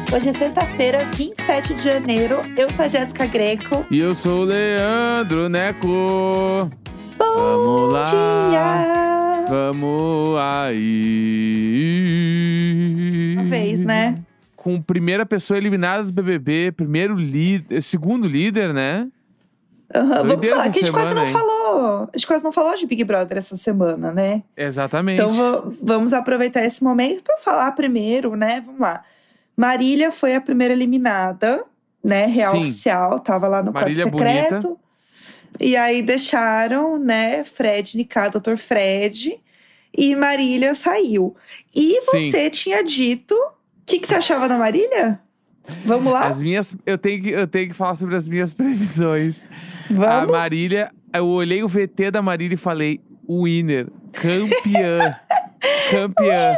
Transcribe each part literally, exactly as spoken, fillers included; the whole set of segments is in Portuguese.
Hoje é sexta-feira, vinte e sete de janeiro. Eu sou a Jéssica Greco. E eu sou o Leandro Neco. Bom Vamos lá, dia! vamos aí. Uma vez, né? Com primeira pessoa eliminada do B B B, primeiro líder, segundo líder, né? Uhum, vamos Doideira falar, essa que a gente quase semana, não hein? falou. A gente quase não falou de Big Brother essa semana, né? Exatamente. Então vo- vamos aproveitar esse momento para falar primeiro, né? Vamos lá. Marília foi a primeira eliminada, né? Real Sim. oficial, tava lá no Marília quarto secreto. E aí deixaram, né, Fred, Nicar, doutor Fred. E Marília saiu. E Sim. você tinha dito... O que, que você achava da Marília? Vamos lá? As minhas, eu, tenho que, eu tenho que falar sobre as minhas previsões. A Vamos? Marília, eu olhei o V T da Marília e falei: winner, campeã, campeã.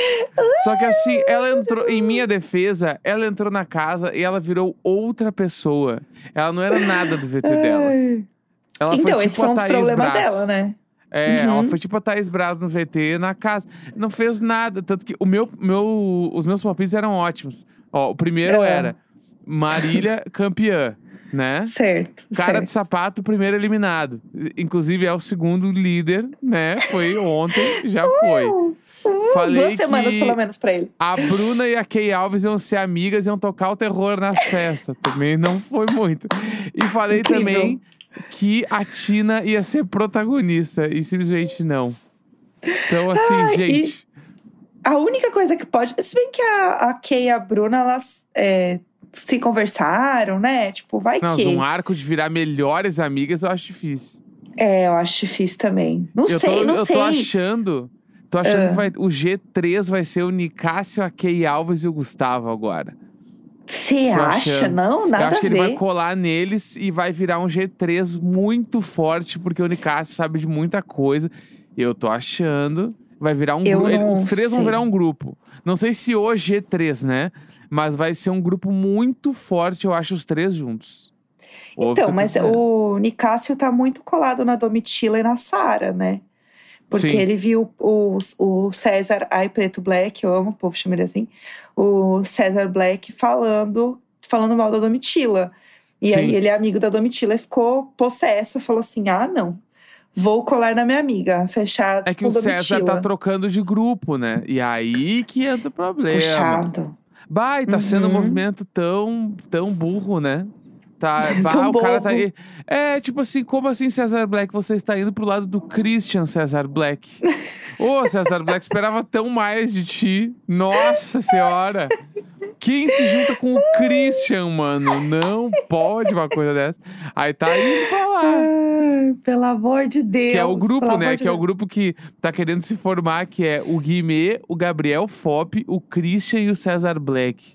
Só que assim, ela entrou, em minha defesa, ela entrou na casa e ela virou outra pessoa. Ela não era nada do V T dela. Ai. Ela Então, foi esse tipo foi um a dos Thaís problemas Braz. dela, né? É, Uhum. ela foi tipo a Thaís Braz no V T na casa. Não fez nada. Tanto que o meu, meu, os meus palpites eram ótimos. Ó, o primeiro Ah. era Marília campeã, né? Certo, Cara certo. de sapato, primeiro eliminado. Inclusive é o segundo líder, né? Foi ontem, já foi. Uh, Falei duas semanas, que pelo menos, pra ele. a Bruna e a Kay Alves iam ser amigas e iam tocar o terror nas festas. Também não foi muito. E falei Incrível. também que a Tina ia ser protagonista. E simplesmente não. Então, assim, Ai, gente. A única coisa que pode... Se bem que a, a Kay e a Bruna, elas é, se conversaram, né? Tipo, vai Não, que... um arco de virar melhores amigas eu acho difícil. É, eu acho difícil também. Não eu sei, tô, não eu sei. tô achando. Tô achando Ah. que vai, o G três vai ser o Nicásio, a Kay Alves e o Gustavo agora. Você Tô acha? achando. Não, nada Eu acho que a ele vai ver. colar neles e vai virar um G três muito forte, porque o Nicásio sabe de muita coisa. Eu tô achando. Vai virar um Eu grupo. não Os três vão sei. virar um grupo. Não sei se o G três, né? Mas vai ser um grupo muito forte, eu acho, os três juntos. Ouve o que eu Então, tô mas dizendo. o Nicásio tá muito colado na Domitila e na Sara, né? Porque Sim. ele viu o, o César, ai, Preto Black, eu amo, o povo chama ele assim, o César Black falando, falando mal da Domitila. E Sim. aí ele é amigo da Domitila e ficou possesso, falou assim, ah, não, vou colar na minha amiga, fechados É que com o César Domitila. tá trocando de grupo, né? E aí que entra o problema. Puxado. Bah, e tá sendo um Uhum. movimento tão, tão burro, né? Tá, bah, Tão o cara tá bobo. aí. É, tipo assim, como assim, César Black? Você está indo pro lado do Christian César Black. Ô, César Black, esperava tão mais de ti. Nossa senhora. Quem se junta com o Christian, mano? Não pode uma coisa dessa. Aí tá indo pra lá. Ai, pelo amor de Deus. Que é o grupo, pelo né? amor de Que é o Deus. grupo que tá querendo se formar, que é o Guimê, o Gabriel Fop, o Christian e o César Black.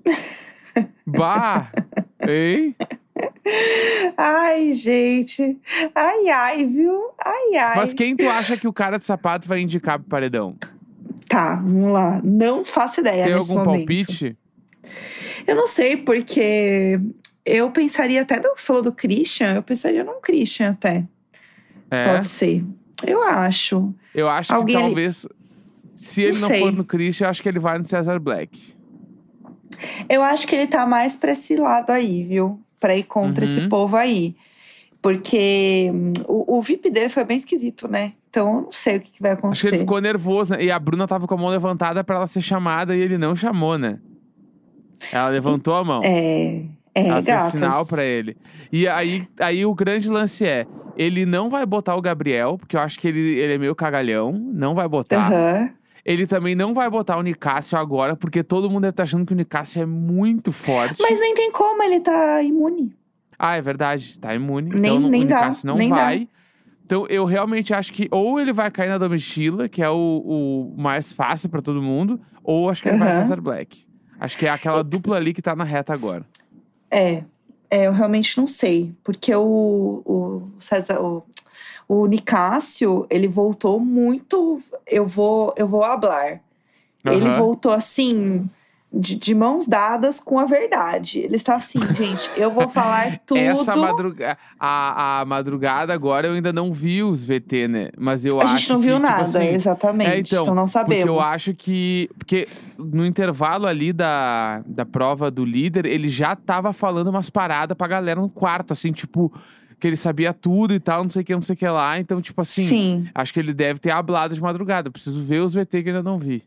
Bah! Hein? Ai, gente. Ai, ai, viu? Ai, ai. Mas quem tu acha que o cara de sapato vai indicar pro paredão? Tá, vamos lá. Não faço ideia Tem nesse algum momento. palpite? Eu não sei, porque eu pensaria até no falou do Christian, eu pensaria num Christian até. É. Pode ser. Eu acho. Eu acho Alguém que ali- talvez, se ele Não não sei. for no Christian, eu acho que ele vai no César Black. Eu acho que ele tá mais pra esse lado aí, viu? Pra ir contra Uhum. esse povo aí. Porque hum, o, o V I P dele foi bem esquisito, né? Então eu não sei o que, que vai Acho que acontecer. ele ficou nervoso, né? E a Bruna tava com a mão levantada pra ela ser chamada e ele não chamou, né? Ela levantou a mão. É, é, Ela fez gatas. sinal pra ele. E aí, aí o grande lance é, ele não vai botar o Gabriel, porque eu acho que ele, ele é meio cagalhão, não vai botar. Aham. Ele também não vai botar o Nicásio agora, porque todo mundo deve estar achando que o Nicásio é muito forte. Mas nem tem como, ele tá imune. Ah, é verdade, tá imune. Nem- então nem o dá, Nicásio não nem dá. vai. Então eu realmente acho que ou ele vai cair na Domitila, que é o, o mais fácil pra todo mundo, ou acho que ele vai Aham. César Black. Acho que é aquela dupla ali que tá na reta agora. É, é, eu realmente não sei. Porque o, o César, o, o Nicásio, ele voltou muito. Eu vou, eu vou hablar. Ele Aham. voltou assim, de, de mãos dadas com a verdade. Ele está assim, gente, eu vou falar tudo. Essa madruga... a, a madrugada agora eu ainda não vi os V T, né? Mas eu A acho gente não que, viu tipo nada, assim, exatamente. É, então, então não sabemos. Porque eu acho que. Porque no intervalo ali da, da prova do líder, ele já tava falando umas paradas pra galera no quarto, assim, tipo, que ele sabia tudo e tal, não sei o que, não sei o que lá. Então, tipo assim, Sim. acho que ele deve ter hablado de madrugada. Eu preciso ver os V T que eu ainda não vi.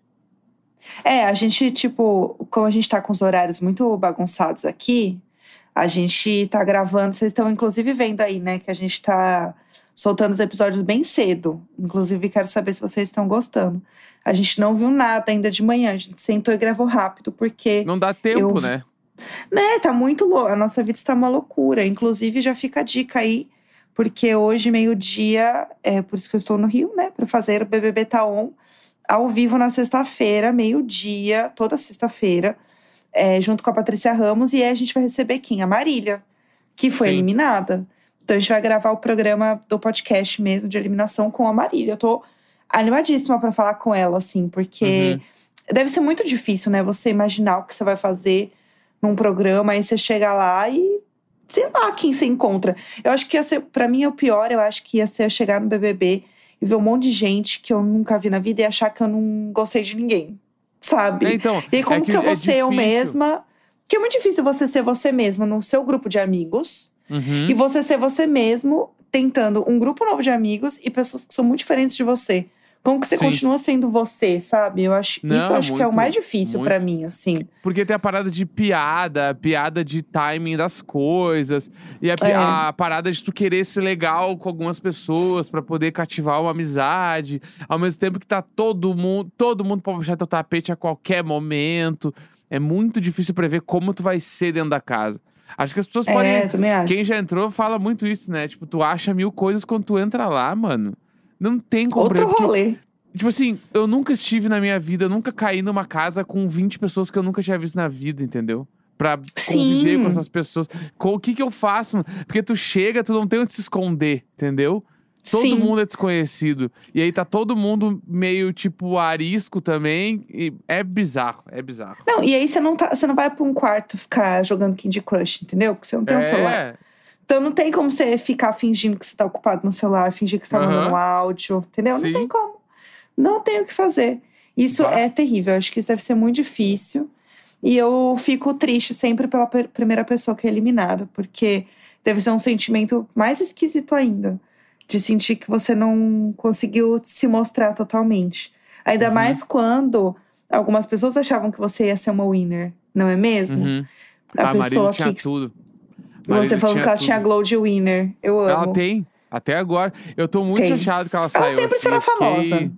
É, a gente, tipo, como a gente tá com os horários muito bagunçados aqui, a gente tá gravando. Vocês estão, inclusive, vendo aí, né, que a gente tá soltando os episódios bem cedo. Inclusive, quero saber se vocês estão gostando. A gente não viu nada ainda de manhã. A gente sentou e gravou rápido, porque. Não dá tempo, eu... né? Né, tá muito louco. A nossa vida está uma loucura. Inclusive, já fica a dica aí, porque hoje, meio-dia, é por isso que eu estou no Rio, né, pra fazer o B B B Tá On, ao vivo na sexta-feira, meio-dia, toda sexta-feira, é, junto com a Patrícia Ramos. E aí a gente vai receber quem? A Marília, que foi Sim. eliminada. Então a gente vai gravar o programa do podcast mesmo, de eliminação, com a Marília. Eu tô animadíssima pra falar com ela, assim, porque Uhum. deve ser muito difícil, né? Você imaginar o que você vai fazer num programa, aí você chega lá e sei lá quem você encontra. Eu acho que ia ser, pra mim, é o pior. Eu acho que ia ser eu chegar no B B B e ver um monte de gente que eu nunca vi na vida e achar que eu não gostei de ninguém, sabe? É, então, E aí, como é que que eu vou é ser eu difícil. mesma? Que é muito difícil você ser você mesma no seu grupo de amigos Uhum. e você ser você mesmo tentando um grupo novo de amigos e pessoas que são muito diferentes de você. Como que você Sim. continua sendo você, sabe? Eu acho, Não, isso eu acho que é o muito, mais difícil pra muito. mim, assim. Porque tem a parada de piada, piada de timing das coisas. E a, pi- É. a parada de tu querer ser legal com algumas pessoas pra poder cativar uma amizade. Ao mesmo tempo que tá todo mundo, todo mundo pode puxar teu tapete a qualquer momento. É muito difícil prever como tu vai ser dentro da casa. Acho que as pessoas É, podem. também acho. Quem já entrou fala muito isso, né? Tipo, tu acha mil coisas quando tu entra lá, mano. Não tem como Outro prever, porque rolê. tipo assim, eu nunca estive na minha vida, eu nunca caí numa casa com vinte pessoas que eu nunca tinha visto na vida, entendeu? Pra conviver Sim. com essas pessoas. Com, o que que eu faço, mano? Porque tu chega, tu não tem onde se esconder, entendeu? Todo Sim. mundo é desconhecido. E aí tá todo mundo meio, tipo, arisco também. E é bizarro, é bizarro. Não, e aí você não, tá, você não vai pra um quarto ficar jogando Candy Crush, entendeu? Porque você não tem um celular. É, Então não tem como você ficar fingindo que você tá ocupado no celular, fingir que você tá Aham. mandando um áudio, entendeu? Não Sim. tem como. Não tem o que fazer. Isso Bah. é terrível. Eu acho que isso deve ser muito difícil. E eu fico triste sempre pela per- primeira pessoa que é eliminada, porque deve ser um sentimento mais esquisito ainda, de sentir que você não conseguiu se mostrar totalmente. Ainda Uhum. mais quando algumas pessoas achavam que você ia ser uma winner, não é mesmo? Uhum. A A Marília pessoa tinha que tudo. você Marília falando que ela tinha tudo. glow de winner. Eu amo. Ela tem, até agora. Eu tô muito Tem. chateado que ela Ela saiu. sempre assim. será Eu fiquei- famosa.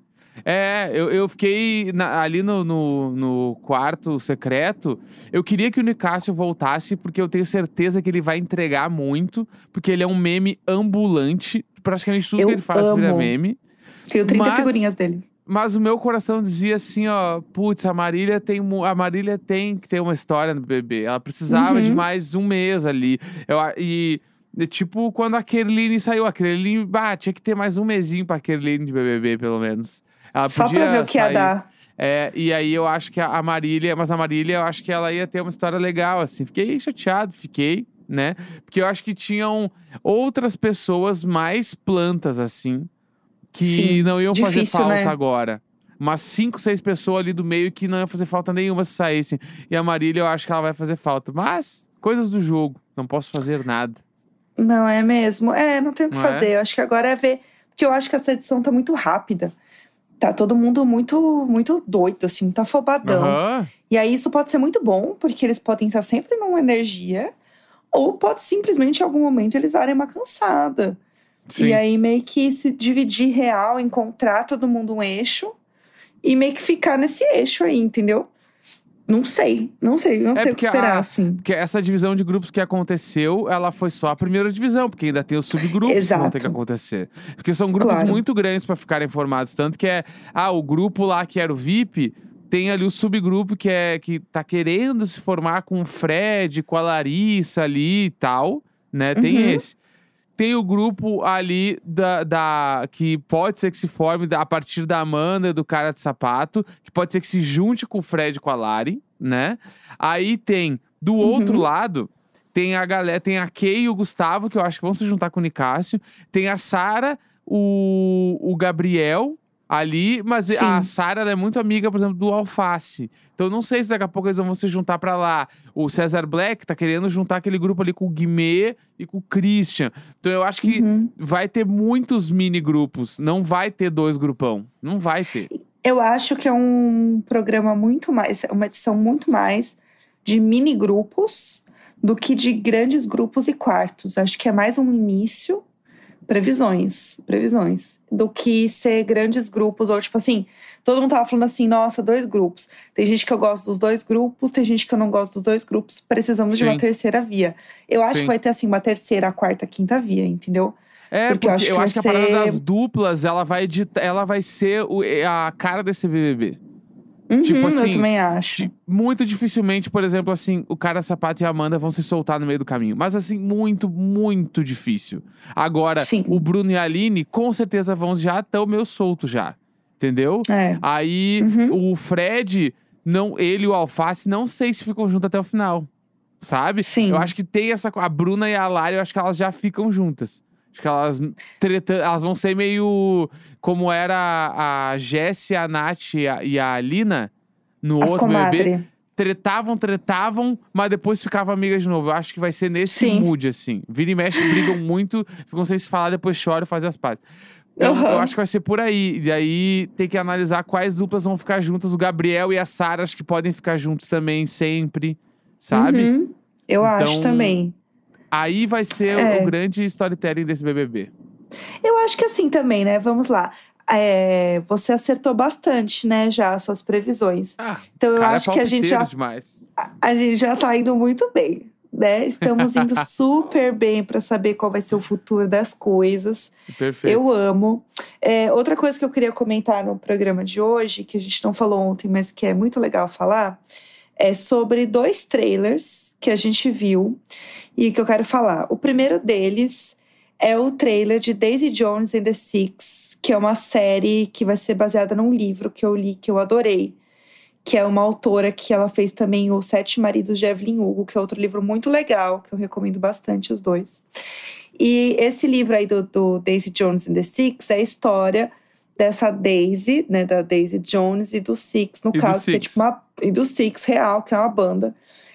É, eu, eu fiquei na- ali no, no, no quarto secreto. Eu queria que o Nicásio voltasse, porque eu tenho certeza que ele vai entregar muito. Porque ele é um meme ambulante. Praticamente tudo Eu que ele faz vira amo. meme. Tenho trinta Mas- figurinhas dele. Mas o meu coração dizia assim, ó, putz, a Marília tem, mu- a Marília tem que ter uma história no B B B. Ela precisava Uhum. de mais um mês ali. Eu, a- e, e, tipo, quando a Kerline saiu, a Kerline, bah, tinha que ter mais um mesinho pra Kerline de B B B, pelo menos. Ela Só podia pra ver o que ia sair. dar. É, e aí eu acho que a, a Marília, mas a Marília, eu acho que ela ia ter uma história legal, assim. Fiquei chateado, fiquei, né? Porque eu acho que tinham outras pessoas mais plantas, assim, que Sim, não iam fazer difícil, falta né? agora. Umas cinco, seis pessoas ali do meio que não iam fazer falta nenhuma se saíssem. E a Marília, eu acho que ela vai fazer falta. Mas, coisas do jogo. Não posso fazer nada. Não é mesmo? É, não tem o que Não fazer. é? Eu acho que agora é ver. Porque eu acho que essa edição tá muito rápida. Tá todo mundo muito, muito doido, assim, tá afobadão. Aham. E aí isso pode ser muito bom, porque eles podem estar sempre numa energia. Ou pode simplesmente, em algum momento, eles darem uma cansada. Sim. E aí meio que se dividir real, encontrar todo mundo um eixo. E meio que ficar nesse eixo aí, entendeu? Não sei, não sei, não É sei o que porque esperar, a- assim. Porque essa divisão de grupos que aconteceu, ela foi só a primeira divisão, porque ainda tem os subgrupos que vão ter Exato. que acontecer. Porque são grupos Claro. muito grandes pra ficarem formados. Tanto que é, ah, o grupo lá que era o V I P, tem ali o subgrupo que é que tá querendo se formar com o Fred, com a Larissa ali e tal, né? Tem Uhum. esse. Tem o grupo ali da, da que pode ser que se forme da- a partir da Amanda e do cara de sapato, que pode ser que se junte com o Fred e com a Lari, né? Aí tem, do outro Uhum. lado, tem a galera, tem a Kay e o Gustavo, que eu acho que vão se juntar com o Nicásio. Tem a Sara, o, o Gabriel ali, mas a Sim. Sara ela é muito amiga, por exemplo, do Alface. Então eu não sei se daqui a pouco eles vão se juntar pra lá. O Cesar Black tá querendo juntar aquele grupo ali com o Guimê e com o Christian. Então eu acho que Uhum. vai ter muitos mini grupos. Não vai ter dois grupão. Não vai ter. Eu acho que é um programa muito mais, uma edição muito mais de mini grupos do que de grandes grupos e quartos. Acho que é mais um início, previsões, previsões, do que ser grandes grupos, ou tipo assim, todo mundo tava falando assim, nossa, dois grupos. Tem gente que eu gosto dos dois grupos, tem gente que eu não gosto dos dois grupos, precisamos de uma Sim. terceira via. Eu acho Sim. que vai ter assim, uma terceira, quarta, quinta via, entendeu? É, Porque porque, eu acho que eu vai acho que a parada ser- das duplas, ela vai, dita- ela vai ser o- a cara desse B B B. Uhum, Tipo assim, eu também acho. Di- Muito dificilmente, por exemplo, assim, o cara Sapato e a Amanda vão se soltar no meio do caminho. Mas assim, muito, muito difícil. Agora, Sim. o Bruno e a Aline, com certeza vão já estão meio soltos já. Entendeu? É. Aí, Uhum. o Fred, não, ele e o Alface, não sei se ficam juntos até o final. Sabe? Sim. Eu acho que tem essa... co- A Bruna e a Lari, eu acho que elas já ficam juntas. Acho que elas, treta, elas vão ser meio... Como era a Jessie, a Nath e a, e a Alina no As outro B B B. comadre. Tretavam, tretavam, mas depois ficavam amigas de novo. Eu acho que vai ser nesse Sim. mood, assim. Vira e mexe, brigam muito, ficam sem se falar, depois choram e fazem as pazes. Então, Uhum. eu acho que vai ser por aí. E aí, tem que analisar quais duplas vão ficar juntas. O Gabriel e a Sara, acho que podem ficar juntos também, sempre. Sabe? Uhum. Eu Então, acho também. Aí vai ser o- É. o grande storytelling desse B B B. Eu acho que assim também, né? Vamos lá. É, você acertou bastante, né, já as suas previsões. Ah, Então eu cara, acho é que a gente palpiteiro já demais. a, a gente já tá indo muito bem, né? Estamos indo super bem pra saber qual vai ser o futuro das coisas. Perfeito. Eu amo. É, outra coisa que eu queria comentar no programa de hoje, que a gente não falou ontem, mas que é muito legal falar, é sobre dois trailers que a gente viu e que eu quero falar. O primeiro deles é o trailer de Daisy Jones and the Six, que é uma série que vai ser baseada num livro que eu li, que eu adorei. Que é uma autora que ela fez também Os Sete Maridos de Evelyn Hugo, que é outro livro muito legal, que eu recomendo bastante os dois. E esse livro aí do, do Daisy Jones and the Six é a história dessa Daisy, né, da Daisy Jones e do Six, no E do caso, que é Six. tipo uma... E do Six real, que é uma banda.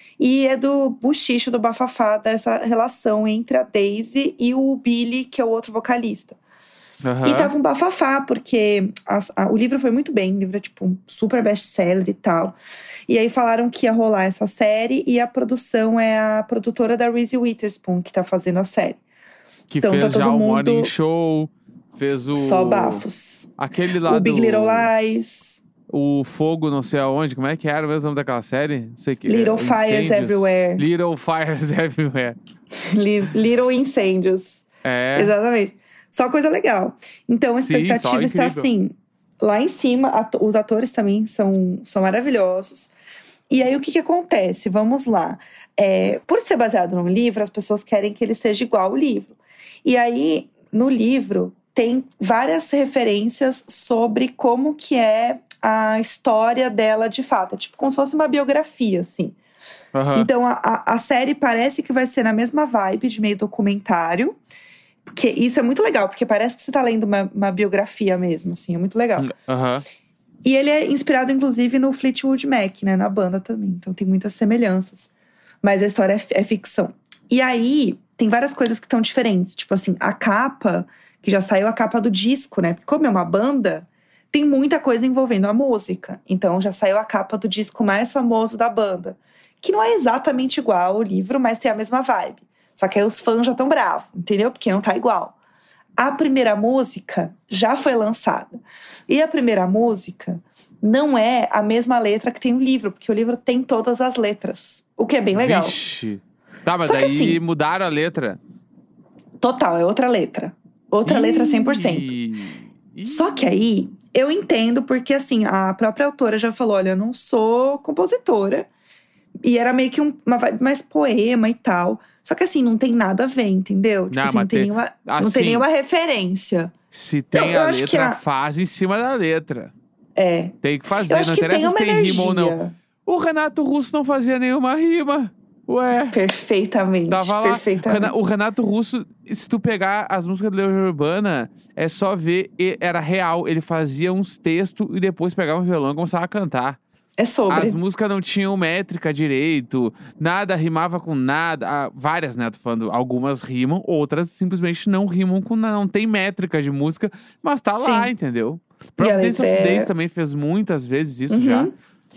E é do buchicho, do bafafá, dessa relação entre a Daisy e o Billy, que é o outro vocalista. Aham. E tava um bafafá, porque as- a- o livro foi muito bem, o livro é tipo um super best-seller e tal. E aí falaram que ia rolar essa série, e a produção é a produtora da Reese Witherspoon, que tá fazendo a série. Que Então, fez tá já todo o mundo- Morning Show, fez o... Só bafos. Aquele lá O Big do... Little Lies, O Fogo não sei aonde, como é que era o mesmo nome daquela série? Não sei o que. Little é, Fires Incêndios. Everywhere. Little Fires Everywhere. Li- Little Incêndios. É, Exatamente. Só coisa legal. Então a Sim, só expectativa está incrível. assim, lá em cima. ato- Os atores também são, são maravilhosos. E aí o que, que acontece? Vamos lá. É, por ser baseado num livro, as pessoas querem que ele seja igual ao livro. E aí, no livro, tem várias referências sobre como que é a história dela de fato. É tipo como se fosse uma biografia, assim. aham. Então, a, a, a série parece que vai ser na mesma vibe de meio documentário. Porque isso é muito legal, porque parece que você tá lendo uma, uma biografia mesmo, assim. É muito legal. Aham. E ele é inspirado, inclusive, no Fleetwood Mac, né? Na banda também. Então, tem muitas semelhanças. Mas a história é, fi- é ficção. E aí, tem várias coisas que estão diferentes. Tipo assim, a capa, que já saiu a capa do disco, né? Porque como é uma banda, tem muita coisa envolvendo a música. Então, já saiu a capa do disco mais famoso da banda. Que não é exatamente igual ao livro, mas tem a mesma vibe. Só que aí os fãs já estão bravos, entendeu? Porque não tá igual. A primeira música já foi lançada. E a primeira música não é a mesma letra que tem no livro, porque o livro tem todas as letras. O que é bem legal. Vixe. Tá, mas Só que daí assim- mudaram a letra. Total, é outra letra. Outra letra cem por cento. Ih. Ih. Só que aí, eu entendo, porque assim, a própria autora já falou: olha, eu não sou compositora. E era meio que um- uma vibe mais poema e tal. Só que assim, não tem nada a ver, entendeu? Tipo Não, assim, mas não tem, tem- nenhuma, não assim- tem nenhuma referência. Se tem Não, eu a acho que letra, a- faz em cima da letra. É. Tem que fazer, Eu acho não que interessa tem se uma tem rima ou não. energia. O Renato Russo não fazia nenhuma rima. Ué. Perfeitamente, Tava lá. perfeitamente. O Renato Russo, se tu pegar as músicas do Legião Urbana, é só ver, era real. Ele fazia uns textos e depois pegava um violão e começava a cantar. É sobre. As músicas não tinham métrica direito, nada rimava com nada. Ah, várias, né? Tô falando, algumas rimam, outras simplesmente não rimam com nada. Não tem métrica de música, mas tá Sim. lá, entendeu? O E a próprio Dance of letra é- Days também fez muitas vezes isso Uhum. já.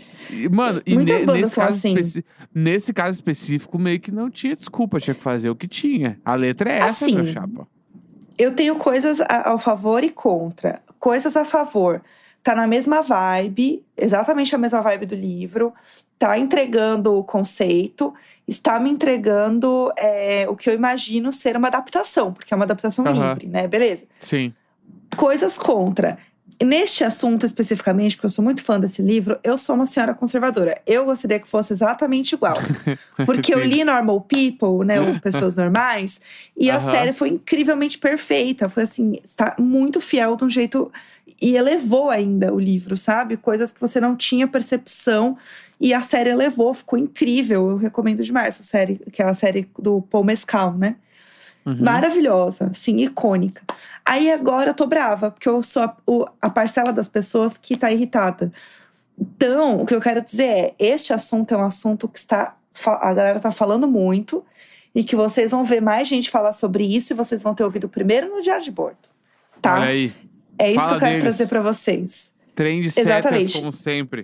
E, mano, e Muitas ne- bandas nesse, são caso assim. especi- nesse caso específico, meio que não tinha desculpa, tinha que fazer o que tinha. A letra é essa, Assim, meu chapa. Eu tenho coisas a- ao favor e contra. Coisas a favor. Tá na mesma vibe, exatamente a mesma vibe do livro. Tá entregando o conceito. Está me entregando é, o que eu imagino ser uma adaptação. Porque é uma adaptação Aham. livre, né? Beleza. Sim. Coisas contra. Neste assunto especificamente, porque eu sou muito fã desse livro, eu sou uma senhora conservadora. Eu gostaria que fosse exatamente igual. Porque eu Sim. li Normal People, né? Ou Pessoas Normais. E a Aham. série foi incrivelmente perfeita. Foi assim, está muito fiel de um jeito… E elevou ainda o livro, sabe? Coisas que você não tinha percepção. E a série elevou, ficou incrível. Eu recomendo demais essa série, que é a série do Paul Mescal, né? Uhum. Maravilhosa, assim, icônica. Aí agora eu tô brava, porque eu sou a, o- a parcela das pessoas que tá irritada. Então, o que eu quero dizer é, este assunto é um assunto que está, fa- a galera tá falando muito, e que vocês vão ver mais gente falar sobre isso, e vocês vão ter ouvido primeiro no Diário de Bordo, tá? Olha aí. É isso Fala que eu quero deles. trazer pra vocês. Trend setters, Exatamente. como sempre.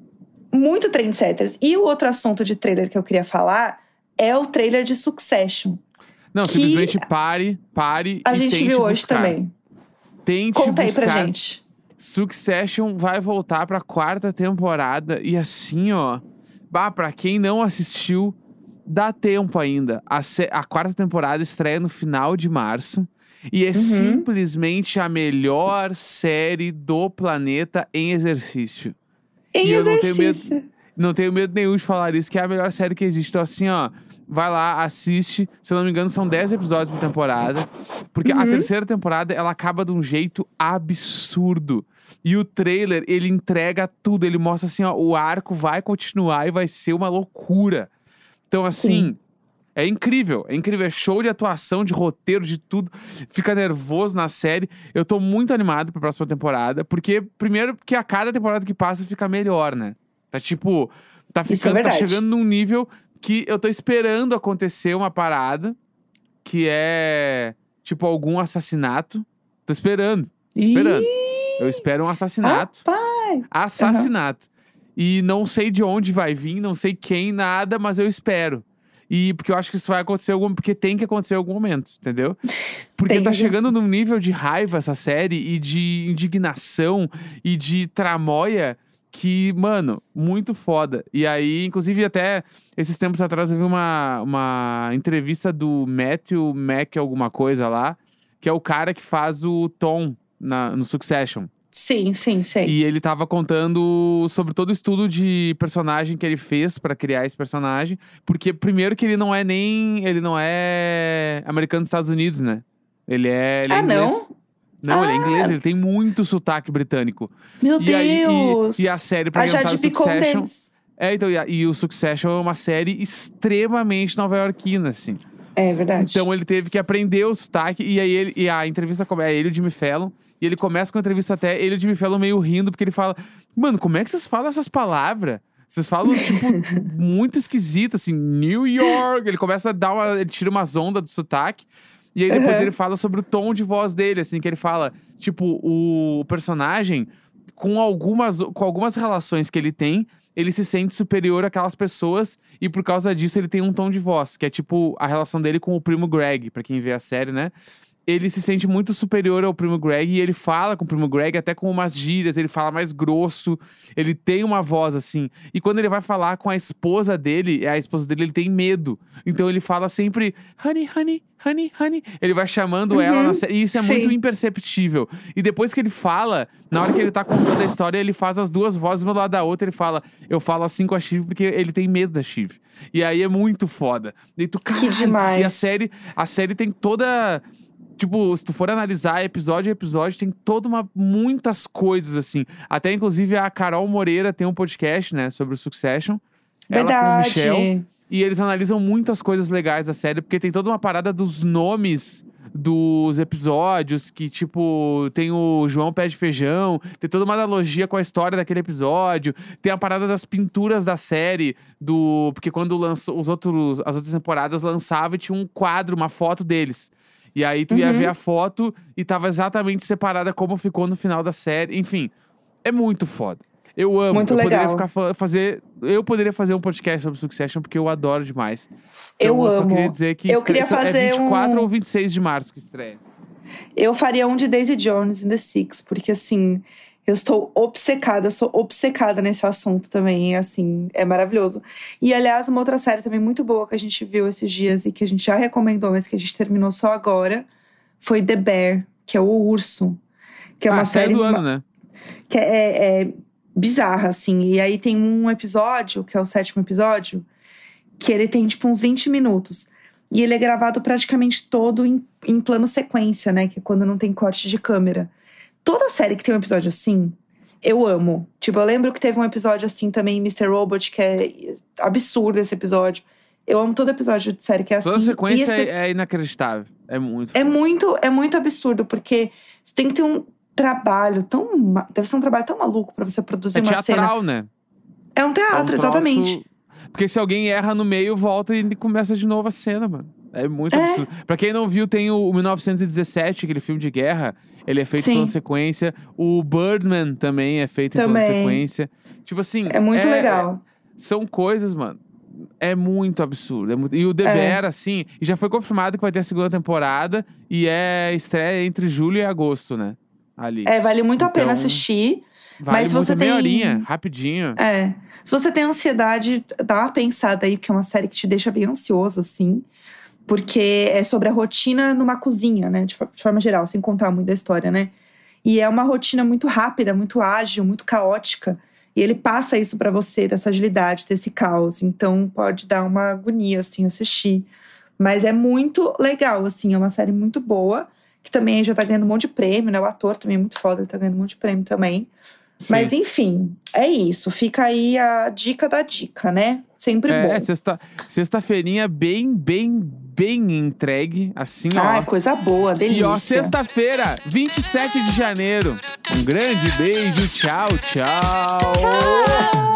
Muito trendsetters. E o outro assunto de trailer que eu queria falar é o trailer de Succession. Não, Que simplesmente pare, pare A e gente tente viu hoje buscar. também. Tente Conta aí pra buscar. gente. Succession vai voltar pra quarta temporada. E assim, ó. Bah, pra quem não assistiu, dá tempo ainda. A, se- a quarta temporada estreia no final de março. E é Uhum. simplesmente a melhor série do planeta em exercício. Em E eu não tenho medo- exercício. Não tenho medo nenhum de falar isso, que é a melhor série que existe. Então, assim, ó, vai lá, assiste. Se eu não me engano, são dez episódios por temporada. Porque a Uhum. terceira temporada, ela acaba de um jeito absurdo. E o trailer, ele entrega tudo. Ele mostra assim, ó, o arco vai continuar e vai ser uma loucura. Então, assim, Sim. é incrível. É incrível. É show de atuação, de roteiro, de tudo. Fica nervoso na série. Eu tô muito animado pra próxima temporada. Porque, primeiro, porque a cada temporada que passa fica melhor, né? Tá tipo, tá Isso é ficando, tá verdade. chegando num nível que eu tô esperando acontecer uma parada que é tipo algum assassinato. Tô esperando, tô esperando. Eu espero um assassinato. Rapaz. Assassinato. E não sei de onde vai vir, não sei quem, nada, mas eu espero. E porque eu acho que isso vai acontecer algum, porque tem que acontecer em algum momento, entendeu? Porque Tem tá que chegando num nível de raiva essa série e de indignação e de tramóia que, mano, muito foda. E aí, inclusive, até esses tempos atrás eu vi uma, uma entrevista do Matthew Mac alguma coisa lá, que é o cara que faz o Tom na, no Succession. Sim, sim, sei. E ele tava contando sobre todo o estudo de personagem que ele fez pra criar esse personagem. Porque, primeiro, que ele não é nem. Ele não é americano dos Estados Unidos, né? Ele é, ele é Ah, inglês. não? Não, ele é Ah. inglês, ele tem muito sotaque britânico. Meu E aí- e- Deus. e a série, pra a quem não Jade sabe, Picon Succession- deles. É, então, e, a- e o Succession é uma série extremamente nova-iorquina, assim. É verdade. Então ele teve que aprender o sotaque. E aí ele, e a entrevista come- é ele e o Jimmy Fallon. E ele começa com a entrevista até ele e o Jimmy Fallon meio rindo, porque ele fala: Mano, como é que vocês falam essas palavras? Vocês falam, tipo, muito esquisito, assim, New York. Ele começa a dar uma. Ele tira umas ondas do sotaque. E aí depois Uhum. ele fala sobre o tom de voz dele, assim, que ele fala, tipo, o personagem, com algumas, com algumas relações que ele tem, ele se sente superior àquelas pessoas e por causa disso ele tem um tom de voz, que é tipo a relação dele com o primo Greg, pra quem vê a série, né? Ele se sente muito superior ao primo Greg e ele fala com o primo Greg até com umas gírias, ele fala mais grosso, ele tem uma voz assim. E quando ele vai falar com a esposa dele, a esposa dele, ele tem medo. Então ele fala sempre, honey, honey, honey, honey. Ele vai chamando Uhum, ela na série. E isso é sim. muito imperceptível. E depois que ele fala, na hora que ele tá contando a história, ele faz as duas vozes uma do lado da outra. Ele fala, eu falo assim com a Shiv porque ele tem medo da Shiv. E aí é muito foda. E tu, Que caralho. demais. E a série, a série tem toda tipo, se tu for analisar episódio a episódio, tem toda uma, muitas coisas, assim. Até, inclusive, a Carol Moreira tem um podcast, né, sobre o Succession. Ela com o Verdade. Michel. E eles analisam muitas coisas legais da série, porque tem toda uma parada dos nomes dos episódios, que, tipo, tem o João Pé de Feijão, tem toda uma analogia com a história daquele episódio, tem a parada das pinturas da série, do porque quando lançou os outros, as outras temporadas lançava e tinha um quadro, uma foto deles. E aí tu ia Uhum. ver a foto e tava exatamente separada como ficou no final da série. Enfim, é muito foda. Eu amo. Muito eu legal. poderia ficar fa- fazer, eu poderia fazer um podcast sobre Succession porque eu adoro demais. Eu Então, eu só amo. queria dizer que Eu estre- queria fazer é vinte e quatro um- ou vinte e seis de março que estreia. Eu faria um de Daisy Jones in the Six, porque assim, eu estou obcecada, eu sou obcecada nesse assunto também, assim, é maravilhoso. E aliás, uma outra série também muito boa que a gente viu esses dias e que a gente já recomendou, mas que a gente terminou só agora, foi The Bear, que é o urso. Que é ah, uma série série do ano, né? que é, é bizarra, assim. E aí tem um episódio, que é o sétimo episódio, que ele tem tipo uns vinte minutos. E ele é gravado praticamente todo em, em plano sequência, né? Que é quando não tem corte de câmera. Toda série que tem um episódio assim, eu amo. Tipo, eu lembro que teve um episódio assim também em mister Robot, que é absurdo esse episódio. Eu amo todo episódio de série que é assim. Toda E sequência esse- é, é inacreditável. É muito. é foda. muito, é muito absurdo, porque você tem que ter um trabalho tão... ma- Deve ser um trabalho tão maluco pra você produzir É uma cena. teatral, né? É um É um teatro, troço- exatamente. Porque se alguém erra no meio, volta e ele começa de novo a cena, mano. É muito É. absurdo. Pra quem não viu, tem o mil novecentos e dezessete, aquele filme de guerra. Ele é feito Sim. em plano sequência. O Birdman também é feito em plano Também. sequência. Tipo assim... É muito legal. São coisas, mano. É muito absurdo. É muito... E o The É. Bear, assim... E já foi confirmado que vai ter a segunda temporada. E é estreia entre julho e agosto, né? Ali. É, vale muito a pena Então, assistir. Vale mas muito você meia tem- horinha, rapidinho. É. Se você tem ansiedade, dá uma pensada aí, porque é uma série que te deixa bem ansioso, assim. Porque é sobre a rotina numa cozinha, né? De, for- de forma geral, sem contar muito da história, né? E é uma rotina muito rápida, muito ágil, muito caótica. E ele passa isso pra você, dessa agilidade, desse caos. Então pode dar uma agonia, assim, assistir. Mas é muito legal, assim. É uma série muito boa. Que também já tá ganhando um monte de prêmio, né? O ator também é muito foda, ele tá ganhando um monte de prêmio também. Sim. Mas enfim, é isso. Fica aí a dica da dica, né? Sempre É, bom. sexta, sexta-feirinha bem, bem, bem entregue. Assim, Ai, ó. coisa boa, delícia. E ó, sexta-feira, vinte e sete de janeiro. Um grande beijo, tchau, tchau. Tchau!